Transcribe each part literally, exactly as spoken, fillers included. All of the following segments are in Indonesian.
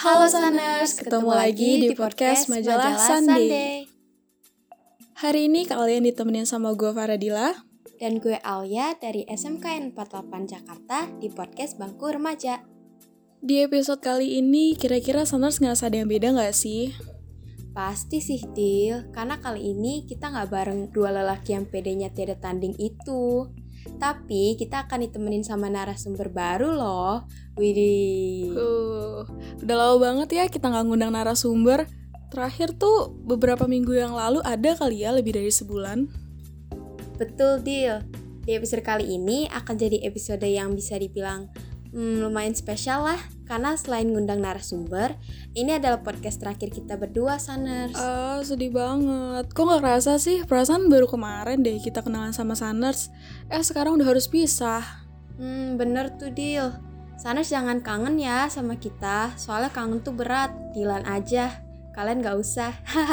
Halo Saners, ketemu lagi di podcast Majalah Sunday. Hari ini kalian ditemenin sama gue Faradila dan gue Alia dari S M K N empat puluh delapan Jakarta di podcast Bangku Remaja. Di episode kali ini kira-kira Saners ngerasa ada yang beda gak sih? Pasti sih Dil, karena kali ini kita gak bareng dua lelaki yang pedenya tiada tanding itu. Tapi kita akan ditemenin sama narasumber baru loh. Widih. Uh, udah lama banget ya kita gak ngundang narasumber. Terakhir tuh beberapa minggu yang lalu ada kali ya, lebih dari sebulan. Betul Dil. Di episode kali ini akan jadi episode yang bisa dibilang hmm, lumayan spesial lah. Karena selain ngundang narasumber, ini adalah podcast terakhir kita berdua, Saners. Ah, uh, sedih banget. Kok gak kerasa sih? Perasaan baru kemarin deh kita kenalan sama Saners. Eh, sekarang udah harus pisah. Hmm, bener tuh, Dil. Saners jangan kangen ya sama kita. Soalnya kangen tuh berat. Dilan aja. Kalian gak usah.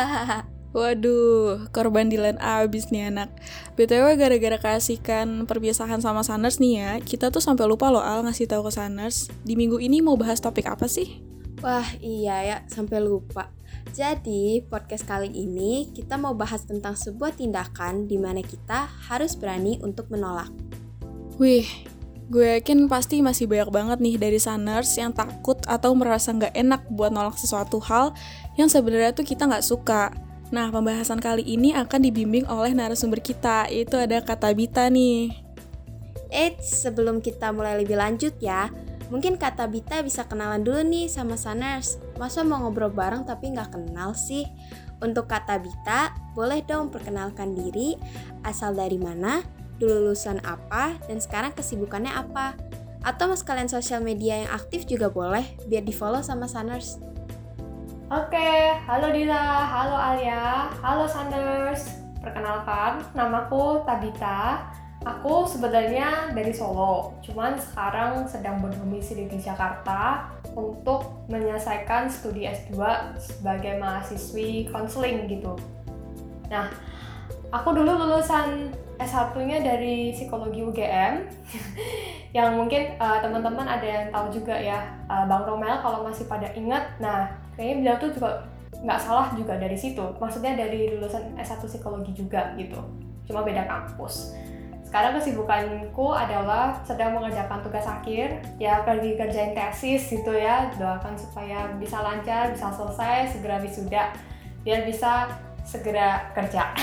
Waduh, korban Dilan abis nih anak. B T W gara-gara kasihkan perpisahan sama Saners nih ya, kita tuh sampai lupa loh Al ngasih tahu ke Saners. Di minggu ini mau bahas topik apa sih? Wah iya ya, sampai lupa. Jadi podcast kali ini kita mau bahas tentang sebuah tindakan di mana kita harus berani untuk menolak. Wih, gue yakin pasti masih banyak banget nih dari Saners yang takut atau merasa nggak enak buat nolak sesuatu hal yang sebenarnya tuh kita nggak suka. Nah, pembahasan kali ini akan dibimbing oleh narasumber kita, yaitu ada Kak Tabita nih. Eits, sebelum kita mulai lebih lanjut ya, mungkin Kak Tabita bisa kenalan dulu nih sama Saners. Masa mau ngobrol bareng tapi nggak kenal sih? Untuk Kak Tabita, boleh dong perkenalkan diri, asal dari mana, dulu lulusan apa, dan sekarang kesibukannya apa. Atau mau sekalian sosial media yang aktif juga boleh, biar di-follow sama Saners. Oke, halo Dila, halo Alia, halo Sanders. Perkenalkan, namaku Tabita. Aku sebenarnya dari Solo, cuman sekarang sedang berdomisili di Jakarta untuk menyelesaikan studi S dua sebagai mahasiswi konseling gitu. Nah, aku dulu lulusan S satu-nya dari psikologi U G M yang mungkin uh, teman-teman ada yang tahu juga ya, uh, Bang Romel kalau masih pada ingat. Nah, kayaknya beliau tuh juga nggak salah juga dari situ, maksudnya dari lulusan S satu psikologi juga gitu, cuma beda kampus. Sekarang kesibukanku adalah sedang mengerjakan tugas akhir, ya lagi kerjain tesis gitu ya, doakan supaya bisa lancar, bisa selesai, segera wisuda, biar bisa segera kerja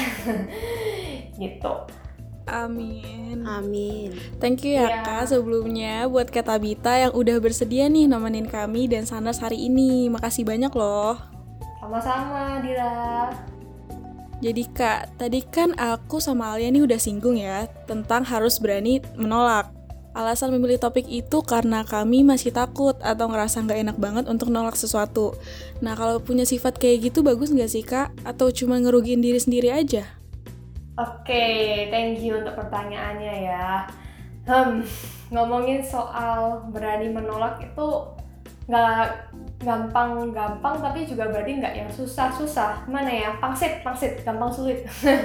gitu. Amin. Amin. Thank you ya, ya Kak sebelumnya buat Kak Tabita yang udah bersedia nih nemenin kami dan Saners hari ini. Makasih banyak loh. Sama-sama Dila. Jadi Kak, tadi kan aku sama Alia nih udah singgung ya tentang harus berani menolak. Alasan memilih topik itu karena kami masih takut atau ngerasa gak enak banget untuk nolak sesuatu. Nah kalau punya sifat kayak gitu bagus gak sih Kak? Atau cuma ngerugiin diri sendiri aja? Oke, okay, thank you untuk pertanyaannya ya. Hmm, ngomongin soal berani menolak itu nggak gampang-gampang, tapi juga berarti nggak yang susah-susah. Mana ya? Pangsit, pangsit, gampang sulit.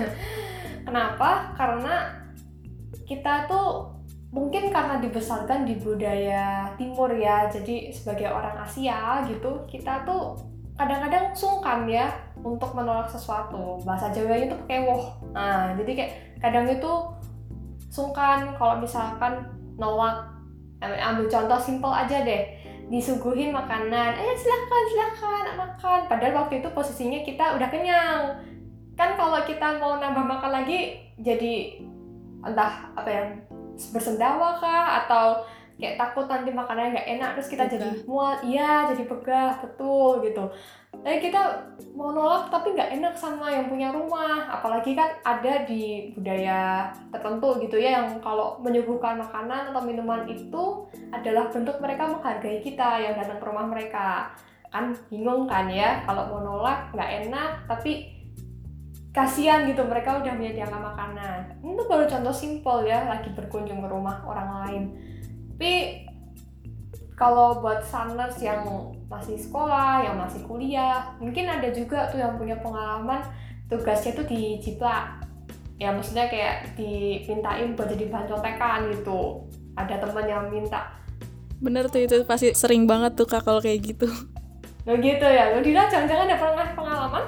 Kenapa? Karena kita tuh mungkin karena dibesarkan di budaya timur ya, jadi sebagai orang Asia gitu, kita tuh kadang-kadang sungkan ya untuk menolak sesuatu. Bahasa Jawanya itu pakai woh. Nah, jadi kayak kadang itu sungkan kalau misalkan nolak. Ambil contoh simple aja deh. Disuguhin makanan, eh silakan silakan makan. Padahal waktu itu posisinya kita udah kenyang. Kan kalau kita mau nambah makan lagi jadi entah apa yang bersendawa kah atau kayak takut nanti makanannya nggak enak terus kita begah. Jadi mual, iya jadi begah, betul gitu. Tapi kita mau nolak tapi nggak enak sama yang punya rumah, apalagi kan ada di budaya tertentu gitu ya yang kalau menyuguhkan makanan atau minuman itu adalah bentuk mereka menghargai kita yang datang ke rumah mereka. Kan bingung kan ya kalau mau nolak nggak enak tapi kasihan gitu mereka udah menyediakan makanan. Itu baru contoh simple ya lagi berkunjung ke rumah orang lain. Tapi kalau buat Saners yang masih sekolah, yang masih kuliah, mungkin ada juga tuh yang punya pengalaman tugasnya tuh dijiplak. Ya maksudnya kayak dimintain buat jadi bahan contekan gitu. Ada teman yang minta. Bener tuh, itu pasti sering banget tuh Kak kalau kayak gitu. Lo gitu ya, lo Dira jangan-jangan ada pernah pengalaman?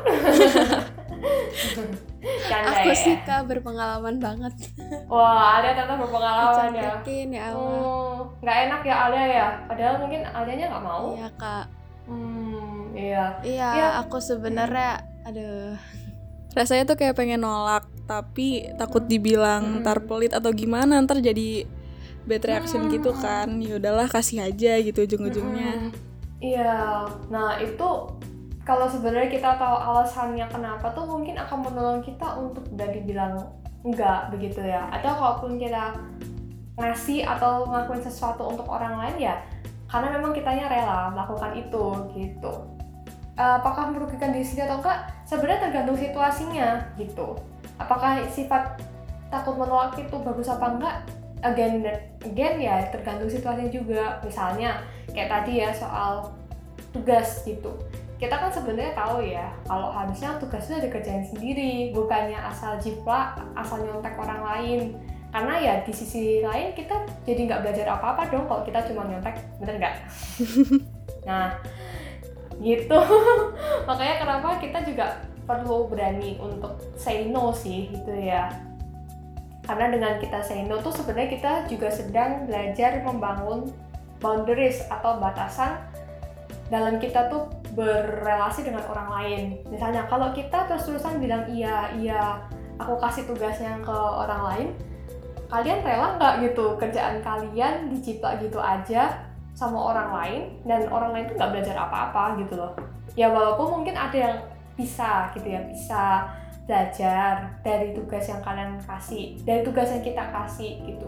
Canda Aku ya? sih Kak berpengalaman banget. Wah, Alia ternyata berpengalaman ya. Dicontekin ya Allah. Hmm, nggak enak ya Alia ya, padahal mungkin Alianya nggak mau. Iya Kak. Hmm, iya. Iya, Ya. aku sebenarnya aduh. Rasanya tuh kayak pengen nolak, tapi takut dibilang Hmm. ntar pelit atau gimana, ntar jadi bad reaction Hmm. gitu kan. Ya udahlah kasih aja gitu ujung-ujungnya. Mm-mm. Iya, nah itu kalau sebenarnya kita tahu alasannya kenapa tuh mungkin akan menolong kita untuk dari bilang enggak begitu ya. Atau kalaupun kita ngasih atau ngelakuin sesuatu untuk orang lain ya karena memang kitanya rela melakukan itu gitu. Eh, apakah merugikan diri sendiri atau enggak? Sebenarnya tergantung situasinya gitu. Apakah sifat takut menolak itu bagus apa enggak? Again, again ya tergantung situasinya juga. Misalnya kayak tadi ya soal tugas gitu. Kita kan sebenarnya tahu ya kalau harusnya tugas itu dikerjain sendiri, bukannya asal jiplak, asal nyontek orang lain. Karena ya di sisi lain kita jadi nggak belajar apa-apa dong kalau kita cuma nyontek, bener nggak? Nah, gitu. Makanya kenapa kita juga perlu berani untuk say no sih gitu ya. Karena dengan kita say no tuh sebenarnya kita juga sedang belajar membangun boundaries atau batasan dalam kita tuh berrelasi dengan orang lain. Misalnya kalau kita terus-terusan bilang iya, iya, aku kasih tugasnya ke orang lain, kalian rela nggak gitu kerjaan kalian dijiplak gitu aja sama orang lain dan orang lain tuh nggak belajar apa-apa gitu loh. Ya walaupun mungkin ada yang bisa gitu ya, bisa belajar dari tugas yang kalian kasih, dari tugas yang kita kasih gitu.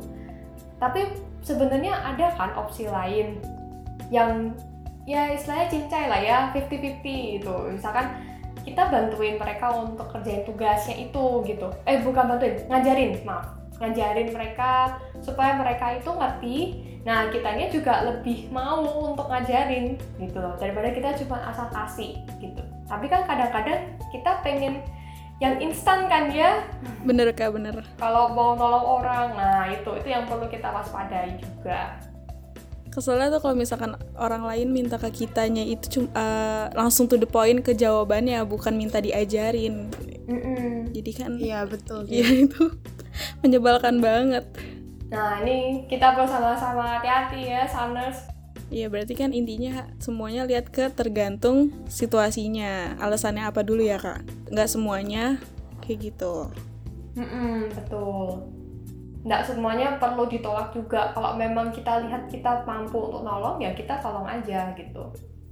Tapi sebenarnya ada kan opsi lain yang ya istilahnya cincai lah ya, fifty fifty gitu. Misalkan kita bantuin mereka untuk kerjain tugasnya itu gitu. Eh bukan bantuin, ngajarin, maaf. Ngajarin mereka supaya mereka itu ngerti. Nah, kitanya juga lebih mau untuk ngajarin gitu loh. Daripada kita cuma asal kasih gitu. Tapi kan kadang-kadang kita pengen yang instan kan ya. Bener Kak, bener. Kalau mau nolong orang, nah itu itu yang perlu kita waspadai juga. Keselnya tuh kalau misalkan orang lain minta ke kitanya itu cuma uh, langsung to the point ke jawabannya, bukan minta diajarin. Mm-mm. Jadi kan Iya betul. ya itu menyebalkan banget. Nah ini kita bersama-sama hati-hati ya Saners. Iya berarti kan intinya semuanya lihat ke tergantung situasinya. Alasannya apa dulu ya Kak? Nggak semuanya kayak gitu. Mm-mm, betul. Nggak semuanya perlu ditolak juga. Kalau memang kita lihat kita mampu untuk nolong ya kita tolong aja gitu.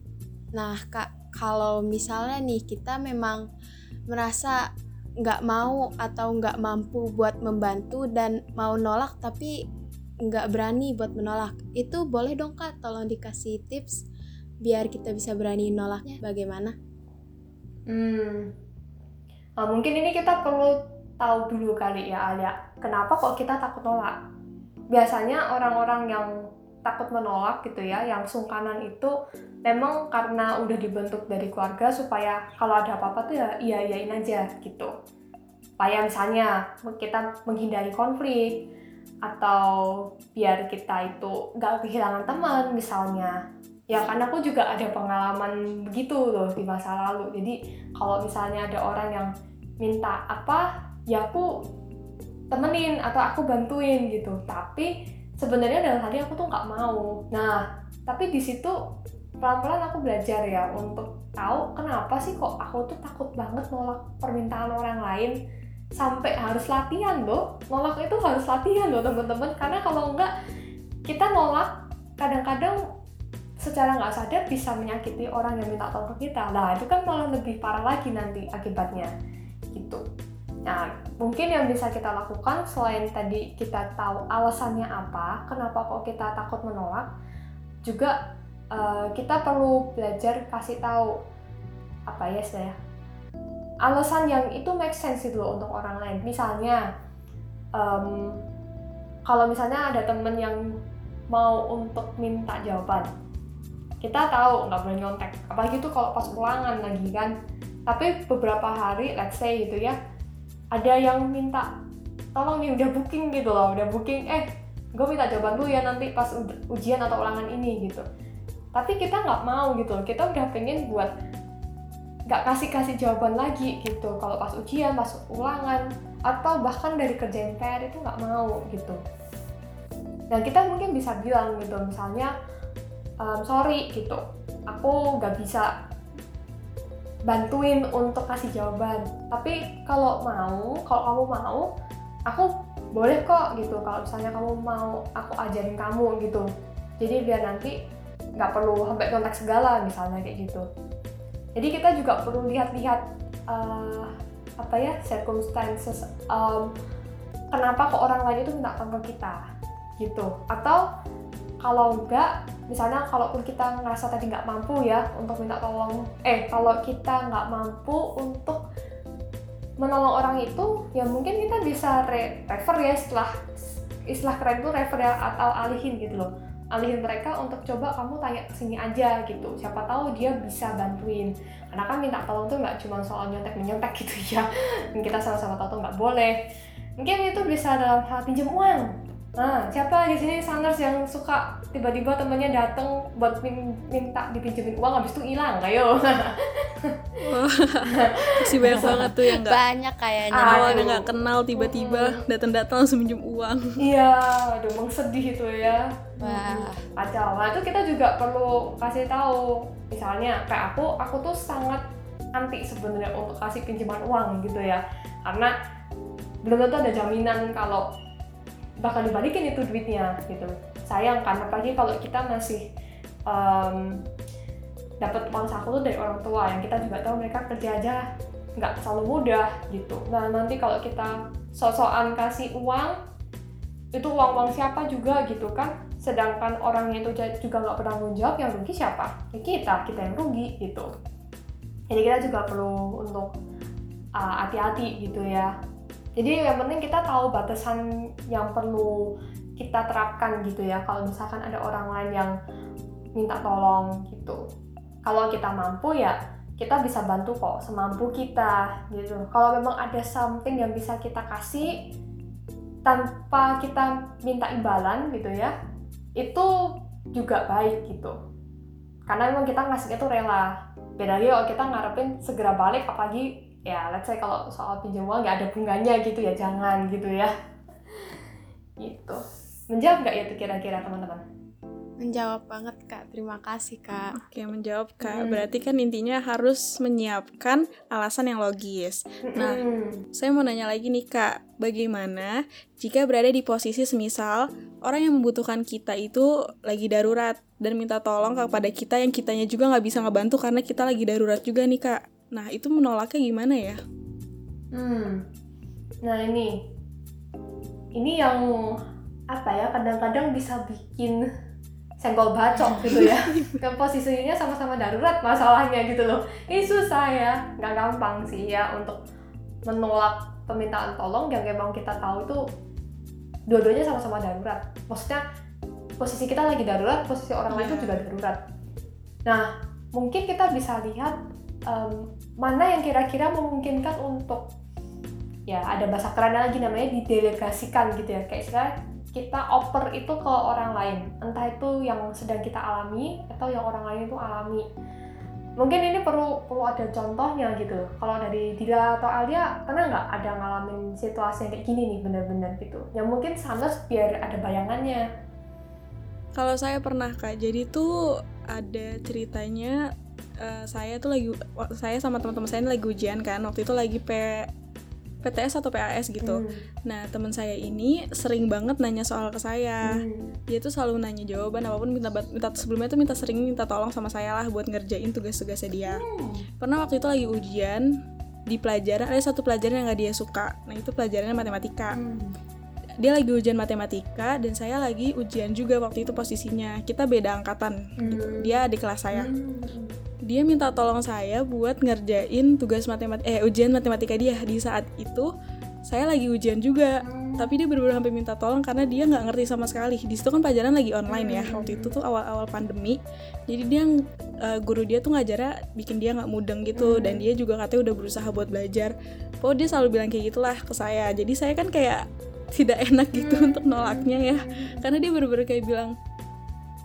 Nah Kak, kalau misalnya nih kita memang merasa nggak mau atau nggak mampu buat membantu dan mau nolak tapi nggak berani buat menolak, itu boleh dong Kak tolong dikasih tips biar kita bisa berani nolaknya bagaimana? Hmm. Nah, mungkin ini kita perlu tahu dulu kali ya Alia, kenapa kok kita takut nolak? Biasanya orang-orang yang takut menolak gitu ya, yang sungkanan itu memang karena udah dibentuk dari keluarga supaya kalau ada apa-apa tuh ya iya-iyain aja gitu. Supaya misalnya kita menghindari konflik atau biar kita itu nggak kehilangan teman misalnya. Ya kan aku juga ada pengalaman begitu loh di masa lalu. Jadi kalau misalnya ada orang yang minta apa, ya aku temenin atau aku bantuin gitu. Tapi sebenarnya dalam hati aku tuh nggak mau. Nah, tapi di situ pelan-pelan aku belajar ya untuk tahu kenapa sih kok aku tuh takut banget nolak permintaan orang lain sampai harus latihan loh. Nolak itu harus latihan loh teman-teman. Karena kalau enggak kita nolak kadang-kadang secara nggak sadar bisa menyakiti orang yang minta tolong ke kita. Nah itu kan malah lebih parah lagi nanti akibatnya gitu. Nah mungkin yang bisa kita lakukan selain tadi kita tahu alasannya apa, kenapa kok kita takut menolak, juga uh, kita perlu belajar kasih tahu apa ya saya alasan yang itu make sense itu loh untuk orang lain. Misalnya um, kalau misalnya ada temen yang mau untuk minta jawaban, kita tahu nggak boleh nyontek, apalagi tuh kalau pas ulangan lagi kan. Tapi beberapa hari, let's say gitu ya, ada yang minta tolong nih udah booking gitu loh, udah booking, eh gue minta jawaban dulu ya nanti pas ujian atau ulangan ini gitu. tapi kita nggak mau gitu, kita udah pengen buat nggak kasih-kasih jawaban lagi gitu kalau pas ujian, pas ulangan, atau bahkan dari kerjain P R itu nggak mau gitu. Dan kita mungkin bisa bilang gitu, misalnya um, sorry gitu, aku nggak bisa bantuin untuk kasih jawaban, tapi kalau mau, kalau kamu mau, aku boleh kok gitu, kalau misalnya kamu mau aku ajarin kamu gitu, jadi biar nanti nggak perlu sampai kontak segala misalnya kayak gitu. Jadi kita juga perlu lihat-lihat uh, apa ya, circumstances, um, kenapa kok orang lain itu minta tolong ke kita gitu. Atau kalau enggak, misalnya kalaupun kita ngerasa tadi nggak mampu ya untuk minta tolong, eh kalau kita nggak mampu untuk menolong orang itu, ya mungkin kita bisa re- refer ya, istilah istilah keren itu refer ya, atau alihin gitu loh, alihin mereka untuk coba kamu tanya kesini aja gitu, siapa tahu dia bisa bantuin. Karena kan minta tolong tuh nggak cuma soal nyontek-menyontek gitu ya, dan kita sama-sama tahu tuh nggak boleh. Mungkin itu bisa dalam hal pinjam uang. Nah, siapa di sini Saners yang suka tiba-tiba temennya datang buat min- minta dipinjemin uang, habis itu hilang, ayo. Masih banyak banget tuh yang nggak, Banyak kayaknya. Ah, awalnya nggak kenal tiba-tiba datang-datang langsung minjem uang. Iya, aduh emang sedih itu ya. Wah. Kacau. Nah itu kita juga perlu kasih tahu. Misalnya kayak aku, aku tuh sangat anti sebenarnya untuk kasih pinjaman uang gitu ya. Karena belum tentu ada jaminan kalau bakal dibalikin itu duitnya gitu. Sayang kan, apalagi kalau kita masih um, dapat uang saku tuh dari orang tua yang kita juga tahu mereka kerja aja nggak selalu mudah gitu. Nah nanti kalau kita sok-sokan kasih uang, itu uang-uang siapa juga gitu kan, sedangkan orangnya itu juga nggak bertanggung jawab, yang rugi siapa? Ya kita, kita yang rugi gitu. Jadi kita juga perlu untuk uh, hati-hati gitu ya. Jadi yang penting kita tahu batasan yang perlu kita terapkan gitu ya, kalau misalkan ada orang lain yang minta tolong gitu. Kalau kita mampu ya kita bisa bantu kok semampu kita gitu. Kalau memang ada something yang bisa kita kasih tanpa kita minta imbalan gitu ya, itu juga baik gitu. Karena memang kita ngasihnya tuh rela. Beda lagi kalau kita ngarepin segera balik, apalagi ya let's say kalau soal pinjam uang nggak ada bunganya gitu ya, jangan gitu ya. Gitu. Menjawab nggak ya tuh kira-kira teman-teman? Menjawab banget Kak, terima kasih Kak. Oke, menjawab Kak. Hmm. Berarti kan intinya harus menyiapkan alasan yang logis. Nah, Hmm. saya mau nanya lagi nih Kak, bagaimana jika berada di posisi semisal orang yang membutuhkan kita itu lagi darurat dan minta tolong kepada kita yang kitanya juga nggak bisa ngebantu karena kita lagi darurat juga nih Kak. Nah, itu menolaknya gimana ya? Hmm. Nah ini, ini yang apa ya, kadang-kadang bisa bikin senggol bacok gitu ya. Kan posisinya sama-sama darurat masalahnya gitu loh. Ini susah ya, nggak gampang sih ya untuk menolak permintaan tolong yang memang kita tahu itu dua-duanya sama-sama darurat. Maksudnya posisi kita lagi darurat, posisi orang lain itu juga darurat. Nah, mungkin kita bisa lihat um, mana yang kira-kira memungkinkan untuk, ya ada bahasa kerennya lagi namanya didelegasikan gitu ya. Kayak istilah kita oper itu ke orang lain, entah itu yang sedang kita alami atau yang orang lain itu alami. Mungkin ini perlu perlu ada contohnya gitu. Kalau dari Dila atau Alia, pernah nggak ada ngalamin situasi yang kayak gini nih bener-bener gitu? Yang mungkin sama biar ada bayangannya. Kalau saya pernah Kak, jadi tuh ada ceritanya, uh, saya tuh lagi, saya sama teman-teman saya ini lagi ujian kan, waktu itu lagi P P T S atau P A S gitu. Hmm. Nah, teman saya ini sering banget nanya soal ke saya. Hmm. Dia tuh selalu nanya jawaban apapun, minta minta sebelumnya tuh minta sering minta tolong sama saya lah buat ngerjain tugas-tugasnya dia. Hmm. Pernah waktu itu lagi ujian di pelajaran, ada satu pelajaran yang nggak dia suka. Nah, itu pelajarannya matematika. Hmm. Dia lagi ujian matematika dan saya lagi ujian juga waktu itu posisinya. Kita beda angkatan gitu. Hmm. Dia di kelas saya. Hmm. Dia minta tolong saya buat ngerjain tugas matematika eh ujian matematika dia. Di saat itu saya lagi ujian juga, Hmm. tapi dia benar-benar sampai minta tolong karena dia nggak ngerti sama sekali. Di situ kan pelajaran lagi online ya, Hmm. waktu itu tuh awal-awal pandemi. Jadi dia uh, guru dia tuh ngajarnya bikin dia nggak mudeng gitu, Hmm. dan dia juga katanya udah berusaha buat belajar. Pokoknya dia selalu bilang kayak gitulah ke saya. Jadi saya kan kayak tidak enak gitu Hmm. untuk nolaknya ya, karena dia benar-benar kayak bilang,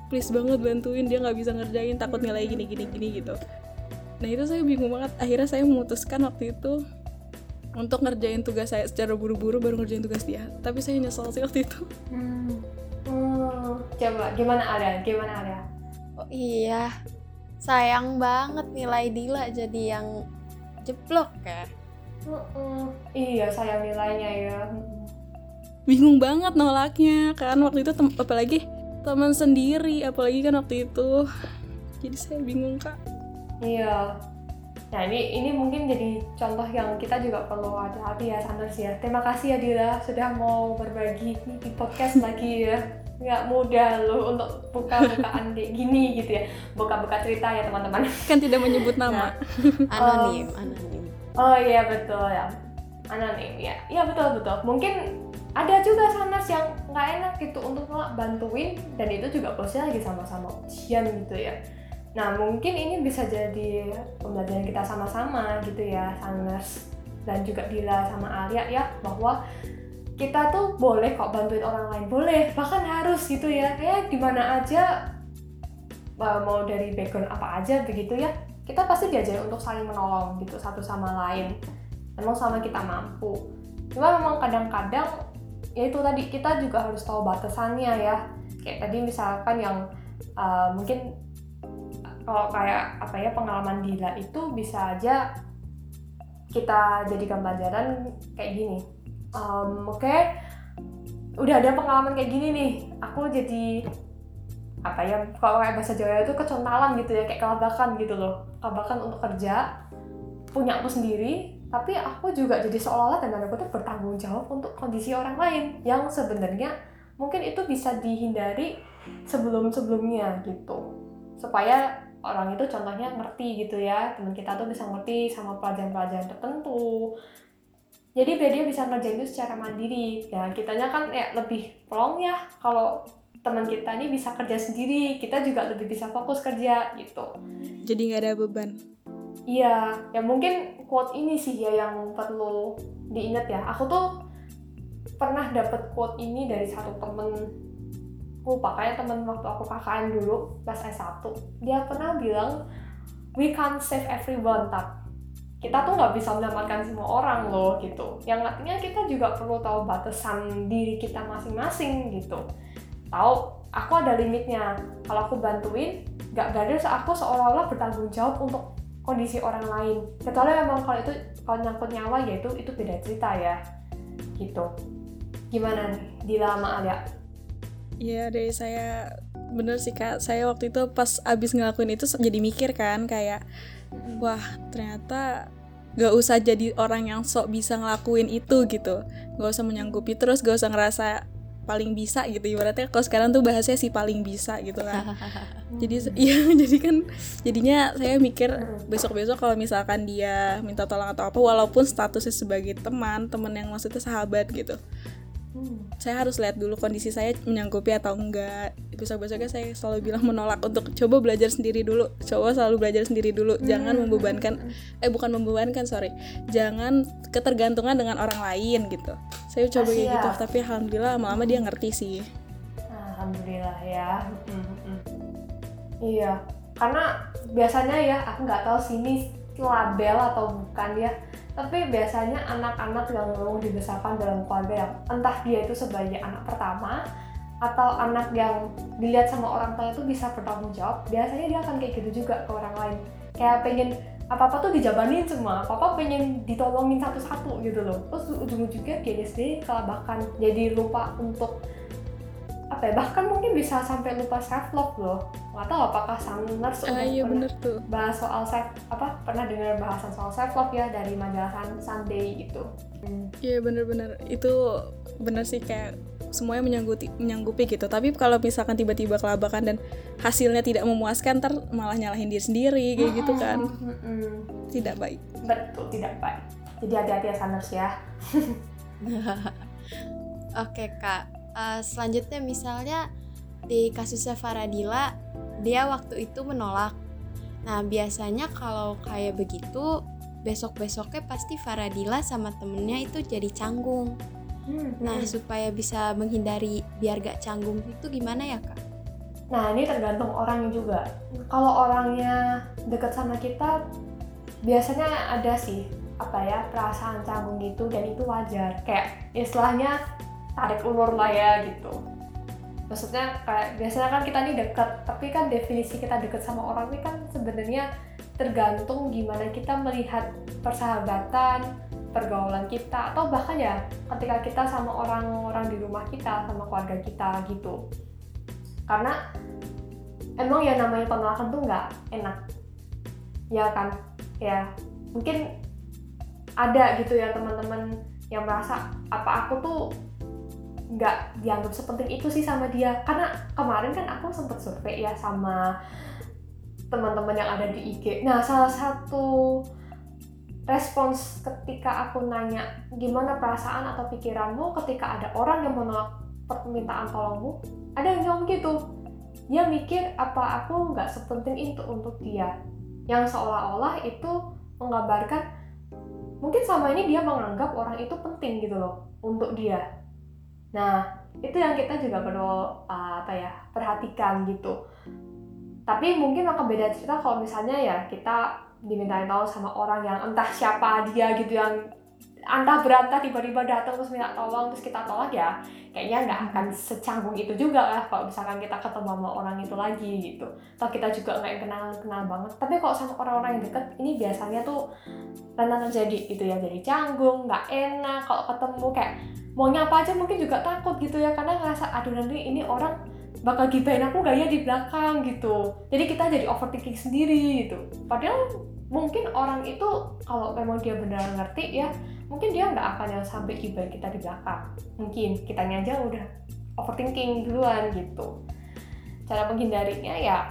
please banget bantuin, dia nggak bisa ngerjain, takut nilai gini gini gini gitu. Nah itu saya bingung banget. Akhirnya saya memutuskan waktu itu untuk ngerjain tugas saya secara buru-buru, baru ngerjain tugas dia. Tapi saya nyesel sih waktu itu. Hmm. Hmm. Coba gimana ada? Gimana ada? Oh iya, sayang banget nilai Dila jadi yang jeblok ya. Uh-uh. Iya, sayang nilainya ya. Bingung banget nolaknya kan waktu itu, tem- apalagi teman sendiri, apalagi kan waktu itu. Jadi saya bingung kak. Iya. Nah ini ini mungkin jadi contoh yang kita juga perlu hati-hati ya Sanders ya. Terima kasih ya Dila sudah mau berbagi di podcast lagi ya. Nggak mudah loh untuk buka-bukaan kayak gini gitu ya. Buka-buka cerita ya teman-teman. Kan tidak menyebut nama. Anonim, anonim. Oh iya betul ya. Anonim ya. Iya betul betul. Mungkin ada juga Sanders yang nggak enak gitu untuk bantuin, dan itu juga posisinya lagi sama-sama ujian gitu ya. Nah mungkin ini bisa jadi pembelajaran kita sama-sama gitu ya Sanders dan juga Dila sama Alia ya, bahwa kita tuh boleh kok bantuin orang lain, boleh, bahkan harus gitu ya. Kayak dimana aja, mau dari background apa aja begitu ya, kita pasti diajari untuk saling menolong gitu satu sama lain, emang sama kita mampu. Cuma memang kadang-kadang ya itu tadi, kita juga harus tahu batasannya ya. Kayak tadi misalkan yang uh, mungkin kalau kayak apa ya, pengalaman Dila itu bisa aja kita jadikan pelajaran kayak gini. Um, Oke, okay, udah ada pengalaman kayak gini nih, aku jadi apa ya, kalau kayak bahasa Jawa itu kecontalan gitu ya, kayak kelabakan gitu loh, kelabakan untuk kerja punya aku sendiri, tapi aku juga jadi seolah-olah dan aku tuh bertanggung jawab untuk kondisi orang lain yang sebenarnya mungkin itu bisa dihindari sebelum-sebelumnya gitu, supaya orang itu contohnya ngerti gitu ya, teman kita tuh bisa ngerti sama pelajaran-pelajaran tertentu. Jadi biar dia bisa ngerjain itu secara mandiri. Ya kitanya kan ya lebih plong ya kalau teman kita ini bisa kerja sendiri, kita juga lebih bisa fokus kerja gitu. Jadi nggak ada beban. Iya, ya mungkin quote ini sih ya yang perlu diingat ya. Aku tuh pernah dapet quote ini dari satu temen, lupa kayaknya temen waktu aku K K N dulu pas S satu. Dia pernah bilang, we can't save everyone, tapi kita tuh nggak bisa menyelamatkan semua orang loh gitu. Yang artinya kita juga perlu tahu batasan diri kita masing-masing gitu. Tahu, aku ada limitnya. Kalau aku bantuin, nggak gadis aku seolah-olah bertanggung jawab untuk kondisi orang lain. Kecuali memang kalau itu kalau nyangkut nyawa ya itu itu beda cerita ya. Gitu. Gimana nih Dila sama Alia? Iya dari saya bener sih kak. Saya waktu itu pas abis ngelakuin itu jadi mikir kan kayak, wah ternyata gak usah jadi orang yang sok bisa ngelakuin itu gitu. Gak usah menyanggupi terus, gak usah ngerasa paling bisa gitu. Ibaratnya kalau sekarang tuh bahasanya si paling bisa gitu kan. Jadi iya jadi kan jadinya saya mikir besok-besok kalau misalkan dia minta tolong atau apa, walaupun statusnya sebagai teman, teman yang maksudnya sahabat gitu, Hmm. saya harus lihat dulu kondisi saya menyanggupi atau enggak. Besok-besoknya saya selalu bilang menolak untuk coba belajar sendiri dulu. Coba selalu belajar sendiri dulu. Jangan membebankan, eh bukan membebankan, sorry. Jangan ketergantungan dengan orang lain gitu. Saya coba kayak gitu, tapi alhamdulillah lama-lama dia ngerti sih. Alhamdulillah ya. Mm-hmm. Iya, karena biasanya ya, aku nggak tahu sini label atau bukan ya. Tapi biasanya anak-anak yang memang dibesarkan dalam keluarga yang entah dia itu sebagai anak pertama atau anak yang dilihat sama orang tua itu bisa bertanggung jawab, biasanya dia akan kayak gitu juga ke orang lain. Kayak pengen apa-apa tuh dijabanin semua, apa-apa pengen ditolongin satu-satu gitu loh. Terus ujung-ujungnya dia sendiri kelabakan, jadi lupa untuk apa ya, bahkan mungkin bisa sampai lupa self love loh. Nggak tahu apakah Sanders ah, iya bener tuh bahas soal self apa pernah dengar bahasan soal self love ya dari majalah Sunday gitu. Iya hmm. bener-bener itu bener sih, kayak semuanya menyanggupi menyanggupi gitu. Tapi kalau misalkan tiba-tiba kelabakan dan hasilnya tidak memuaskan, ntar malah nyalahin diri sendiri kayak gitu kan. Mm-mm. Tidak baik. Betul, tidak baik. Jadi hati-hati ya Sanders ya. Oke kak. Uh, selanjutnya misalnya di kasusnya Faradila, dia waktu itu menolak. Nah biasanya kalau kayak begitu besok-besoknya pasti Faradila sama temennya itu jadi canggung. hmm, Nah hmm. supaya bisa menghindari biar gak canggung itu gimana ya kak? Nah ini tergantung orangnya juga. Kalau orangnya deket sama kita, biasanya ada sih apa ya perasaan canggung gitu, dan itu wajar. Kayak istilahnya tarik ulur lah ya gitu. Maksudnya kayak biasanya kan kita nih deket, tapi kan definisi kita deket sama orang ini kan sebenarnya tergantung gimana kita melihat persahabatan, pergaulan kita, atau bahkan ya ketika kita sama orang-orang di rumah kita, sama keluarga kita gitu. Karena emang ya namanya penolakan tuh nggak enak, ya kan? Ya mungkin ada gitu ya teman-teman yang merasa apa aku tuh nggak dianggap sepenting itu sih sama dia. Karena kemarin kan aku sempet survei ya sama teman-teman yang ada di I G. Nah salah satu respons ketika aku nanya gimana perasaan atau pikiranmu ketika ada orang yang menolak permintaan tolongmu, ada yang ngomong gitu, dia mikir apa aku nggak sepenting itu untuk dia, yang seolah-olah itu menggambarkan mungkin selama ini dia menganggap orang itu penting gitu loh untuk dia. Nah itu yang kita juga perlu uh, apa ya perhatikan gitu. Tapi mungkin akan beda cerita kalau misalnya ya kita dimintain tolong sama orang yang entah siapa dia gitu, yang antah berantah tiba-tiba datang terus minta tolong terus kita tolak, ya kayaknya nggak akan secanggung itu juga lah kalau misalkan kita ketemu sama orang itu lagi gitu. Atau kita juga nggak kenal-kenal banget. Tapi kalau sama orang-orang yang deket, ini biasanya tuh rentan terjadi gitu ya, jadi canggung, nggak enak kalau ketemu, kayak maunya apa aja mungkin juga takut gitu ya, karena ngerasa aduh nanti ini orang bakal gibahin aku gak ya di belakang gitu. Jadi kita jadi overthinking sendiri gitu. Padahal mungkin orang itu kalau memang dia benar ngerti ya, mungkin dia nggak akan yang sampai gibahin kita di belakang. Mungkin kitanya aja udah overthinking duluan gitu. Cara menghindarinya ya,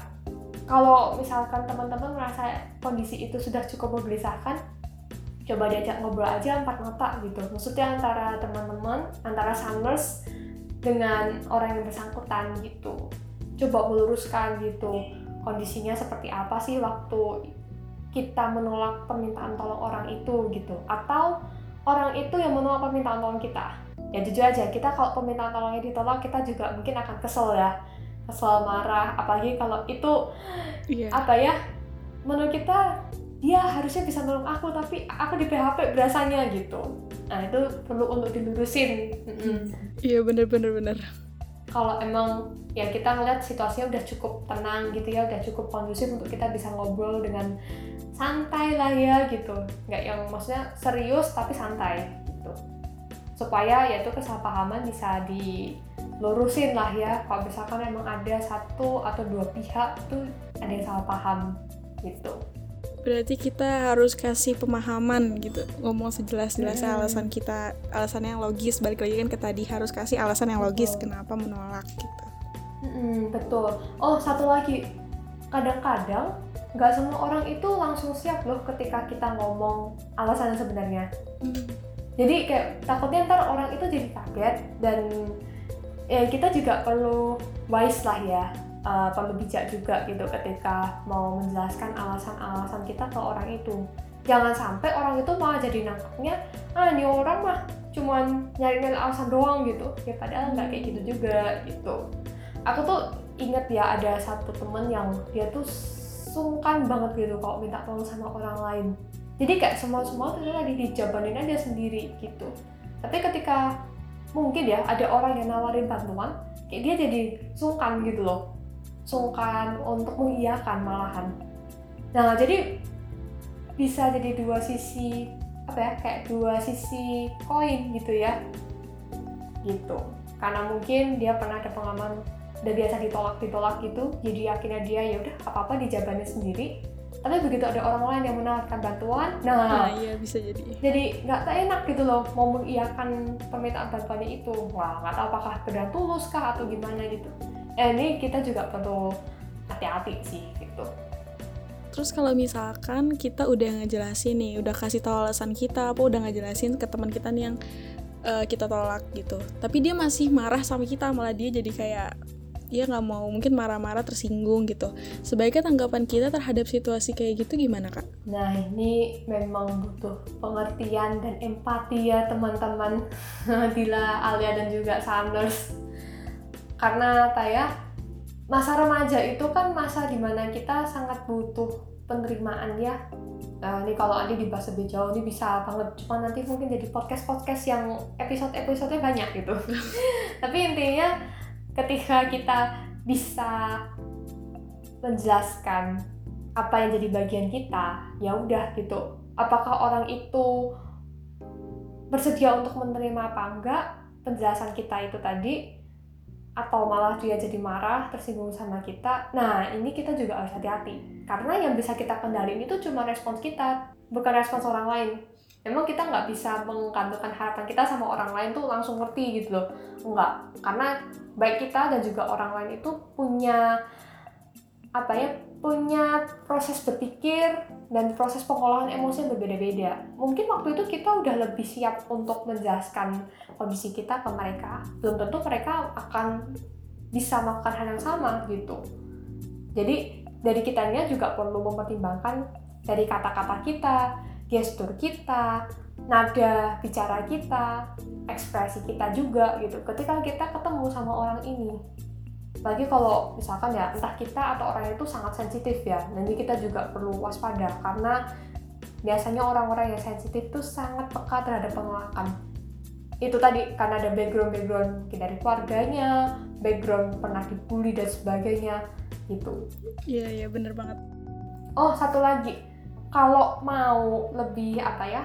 kalau misalkan teman-teman merasa kondisi itu sudah cukup menggelisahkan, coba diajak ngobrol aja empat mata gitu. Maksudnya antara teman-teman, antara Suners dengan orang yang bersangkutan gitu. Coba meluruskan gitu, kondisinya seperti apa sih waktu kita menolak permintaan tolong orang itu gitu, atau orang itu yang menolak permintaan tolong kita. Ya jujur aja, kita kalau permintaan tolongnya ditolak, kita juga mungkin akan kesel ya, kesel, marah, apalagi kalau itu yeah. apa ya, menurut kita dia harusnya bisa nolong aku tapi aku di P H P berasanya gitu. Nah itu perlu untuk dilurusin. Iya bener-bener bener. Kalau emang ya kita ngeliat situasinya udah cukup tenang gitu ya, udah cukup kondusif untuk kita bisa ngobrol dengan santai lah ya gitu, nggak yang maksudnya serius tapi santai gitu, supaya ya itu kesalahpahaman bisa dilurusin lah ya. Kalau misalkan emang ada satu atau dua pihak tuh ada yang salah paham gitu. Berarti kita harus kasih pemahaman gitu, ngomong sejelas-jelasnya hmm. alasan kita, alasan yang logis. Balik lagi kan ke tadi, harus kasih alasan yang logis betul. Kenapa menolak gitu. Hmm, betul. Oh satu lagi, kadang-kadang nggak semua orang itu langsung siap loh ketika kita ngomong alasannya sebenarnya. Hmm. Jadi kayak takutnya ntar orang itu jadi kaget, dan ya kita juga perlu wise lah ya. Uh, perlu bijak juga gitu ketika mau menjelaskan alasan-alasan kita ke orang itu. Jangan sampai orang itu malah jadi nangkapnya, ah ini orang mah cuman nyari-nyari alasan doang gitu. Ya padahal nggak kayak gitu juga gitu. Aku tuh inget ya ada satu temen yang dia tuh sungkan banget gitu kalau minta tolong sama orang lain. Jadi kayak semua-semua tuh lagi dijabanin aja sendiri gitu. Tapi ketika mungkin ya ada orang yang nawarin bantuan, kayak dia jadi sungkan gitu loh. Sungkan untuk mengiyakan malahan. Nah jadi bisa jadi dua sisi apa ya, kayak dua sisi koin gitu ya gitu. Karena mungkin dia pernah ada pengalaman udah biasa ditolak-ditolak gitu, jadi akhirnya dia ya udah apa-apa dijabanin sendiri. Tapi begitu ada orang lain yang menawarkan bantuan, nah, nah iya bisa jadi jadi nggak enak gitu loh mau mengiyakan permintaan bantuannya itu. Wah nggak tahu apakah benar tulus kah atau gimana gitu. Eh, ini kita juga perlu hati-hati sih gitu. Terus kalau misalkan kita udah ngejelasin nih, udah kasih tahu alasan kita apa, udah ngejelasin ke teman kita nih yang uh, kita tolak gitu, tapi dia masih marah sama kita, malah dia jadi kayak dia nggak mau, mungkin marah-marah, tersinggung gitu. Sebaiknya tanggapan kita terhadap situasi kayak gitu gimana Kak? Nah ini memang butuh pengertian dan empati ya teman-teman Dila, Alia dan juga Sanders. Karena apa ya, masa remaja itu kan masa dimana kita sangat butuh penerimaan ya. Nah, ini kalau Andi dibahas lebih jauh ini bisa banget, cuma nanti mungkin jadi podcast-podcast yang episode-episodenya banyak gitu. Tapi intinya ketika kita bisa menjelaskan apa yang jadi bagian kita, ya udah gitu. Apakah orang itu bersedia untuk menerima apa enggak penjelasan kita itu tadi, atau malah dia jadi marah, tersinggung sama kita. Nah, ini kita juga harus hati-hati. Karena yang bisa kita kendaliin itu cuma respons kita, bukan respons orang lain. Memang kita nggak bisa menggantungkan harapan kita sama orang lain tuh langsung ngerti gitu loh. Enggak. Karena baik kita dan juga orang lain itu punya apa ya, punya proses berpikir dan proses pengolahan emosi yang berbeda-beda. Mungkin waktu itu kita udah lebih siap untuk menjelaskan kondisi kita ke mereka. Belum tentu mereka akan bisa melakukan hal yang sama gitu. Jadi dari kitanya juga perlu mempertimbangkan dari kata-kata kita, gestur kita, nada bicara kita, ekspresi kita juga gitu. Ketika kita ketemu sama orang ini. Lagi kalau misalkan ya entah kita atau orang itu sangat sensitif ya, nanti kita juga perlu waspada karena biasanya orang-orang yang sensitif itu sangat peka terhadap penolakan. Itu tadi karena ada background-background dari keluarganya, background pernah dibully dan sebagainya gitu. Iya, iya bener banget. Oh, satu lagi, kalau mau lebih apa ya,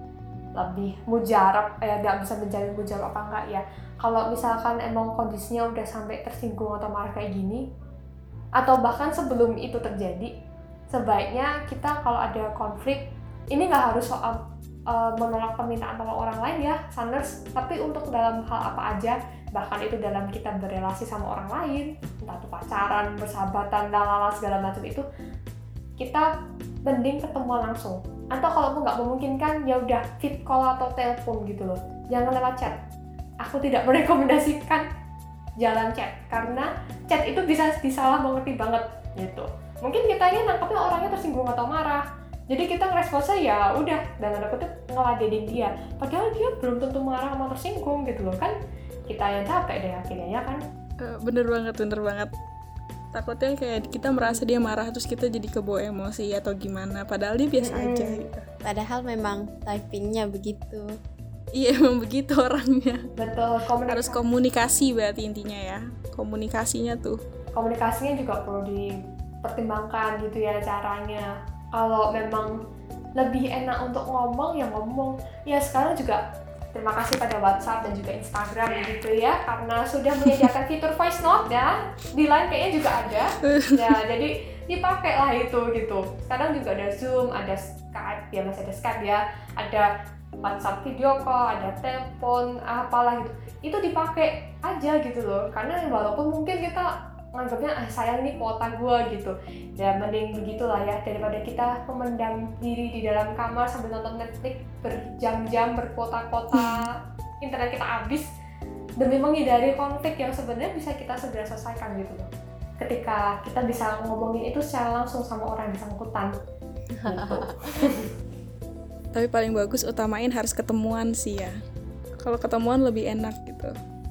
lebih mujarab, eh nggak bisa menjamin mujarab apa enggak ya. Kalau misalkan emang kondisinya udah sampai tersinggung atau marah kayak gini, atau bahkan sebelum itu terjadi, sebaiknya kita kalau ada konflik, ini nggak harus soal uh, menolak permintaan tolong orang lain ya, Saners, tapi untuk dalam hal apa aja, bahkan itu dalam kita berrelasi sama orang lain, entah itu pacaran, bersahabatan, lalala segala macam itu, kita mending ketemu langsung. Atau kalau nggak memungkinkan, ya udah fit call atau telepon gitu loh, jangan lewat chat. Aku tidak merekomendasikan jalan chat karena chat itu bisa disalah mengerti banget gitu. Mungkin kitanya nangkepnya orangnya tersinggung atau marah, jadi kita ngeresponsnya ya udah dan ada kutip ngeladenin dia, padahal dia belum tentu marah sama tersinggung gitu loh kan. Kita yang capek deh akhirnya ya kan. Uh, bener banget, bener banget. Takutnya kayak kita merasa dia marah terus kita jadi kebawa emosi atau gimana, padahal dia biasa mm-hmm. aja gitu. Padahal memang typingnya begitu. Iya, emang begitu orangnya. Betul, komunikasi. Harus komunikasi berarti intinya ya. Komunikasinya tuh. Komunikasinya juga perlu dipertimbangkan gitu ya caranya. Kalau memang lebih enak untuk ngomong ya ngomong. Ya sekarang juga terima kasih pada WhatsApp dan juga Instagram gitu ya, karena sudah menyediakan fitur voice note ya. Di Line kayaknya juga ada. Ya, jadi dipakai lah itu gitu. Sekarang juga ada Zoom, ada Skype, ya masih ada Skype ya. Ada WhatsApp video call, ada telepon, apalah gitu. Itu dipakai aja gitu loh. Karena walaupun mungkin kita nganggapnya ah sayang ini kuota gue gitu. Ya mending begitulah ya daripada kita memendam diri di dalam kamar sambil nonton Netflix berjam-jam berkuota-kuota internet kita habis demi menghindari konflik yang sebenarnya bisa kita segera selesaikan gitu loh. Ketika kita bisa ngomongin itu secara langsung sama orang yang bersangkutan. Gitu. Tapi paling bagus utamain harus ketemuan sih ya. Kalau ketemuan lebih enak gitu.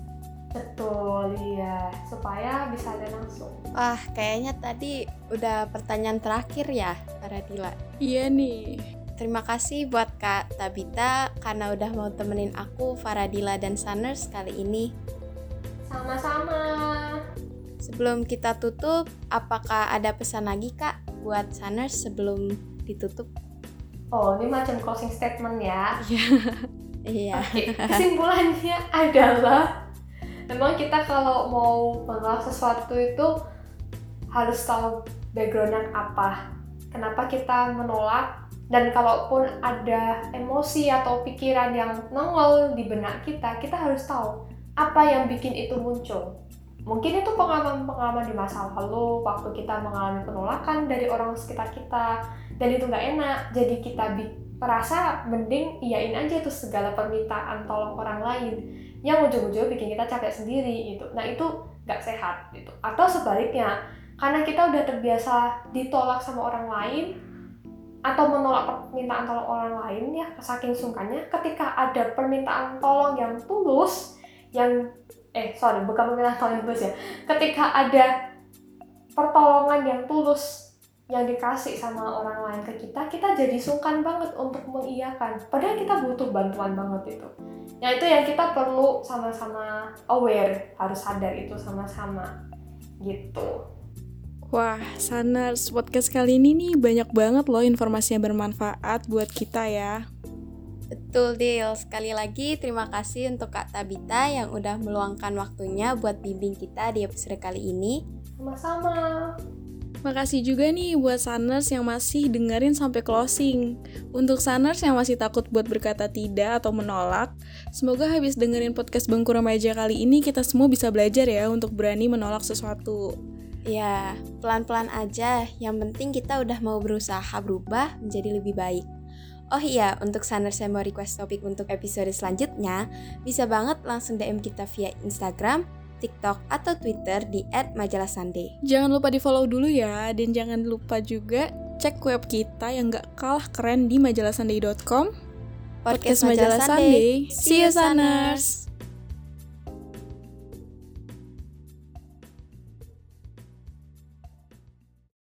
Betul, iya. Supaya bisa ada langsung. Wah, kayaknya tadi udah pertanyaan terakhir ya, Faradila. Iya nih. Terima kasih buat Kak Tabita karena udah mau temenin aku, Faradila dan Saners kali ini. Sama-sama. Sebelum kita tutup, apakah ada pesan lagi Kak buat Saners sebelum ditutup? Oh, ini macam closing statement ya. Iya. Oke, kesimpulannya adalah memang kita kalau mau menolak sesuatu itu harus tahu background-nya apa. Kenapa kita menolak, dan kalaupun ada emosi atau pikiran yang nongol di benak kita, kita harus tahu apa yang bikin itu muncul. Mungkin itu pengalaman-pengalaman di masa lalu waktu kita mengalami penolakan dari orang sekitar kita dan itu nggak enak, jadi kita bi- merasa mending iyain aja tuh segala permintaan tolong orang lain yang ujung-ujung bikin kita capek sendiri gitu. Nah itu nggak sehat gitu. Atau sebaliknya, karena kita udah terbiasa ditolak sama orang lain atau menolak permintaan tolong orang lain ya, saking sungkannya ketika ada permintaan tolong yang tulus, yang eh sorry bukan permintaan tolong yang tulus ya, ketika ada pertolongan yang tulus yang dikasih sama orang lain ke kita, kita jadi sungkan banget untuk mengiyakan. Padahal kita butuh bantuan banget itu. Ya itu yang kita perlu sama-sama aware, harus sadar itu sama-sama gitu. Wah, Saners, podcast kali ini nih banyak banget loh informasi yang bermanfaat buat kita ya. Betul, Dil. Sekali lagi terima kasih untuk Kak Tabita yang udah meluangkan waktunya buat bimbing kita di episode kali ini. Sama-sama. Makasih juga nih buat Saners yang masih dengerin sampai closing. Untuk Saners yang masih takut buat berkata tidak atau menolak, semoga habis dengerin podcast Bangku Remaja kali ini kita semua bisa belajar ya untuk berani menolak sesuatu. Ya, pelan-pelan aja. Yang penting kita udah mau berusaha berubah menjadi lebih baik. Oh iya, untuk Saners yang mau request topik untuk episode selanjutnya, bisa banget langsung D M kita via Instagram, TikTok, atau Twitter di et majalah sunday. Jangan lupa di follow dulu ya, dan jangan lupa juga cek web kita yang gak kalah keren di majalah sunday dot com. Podcast Majalah Sunday. See you, Saners!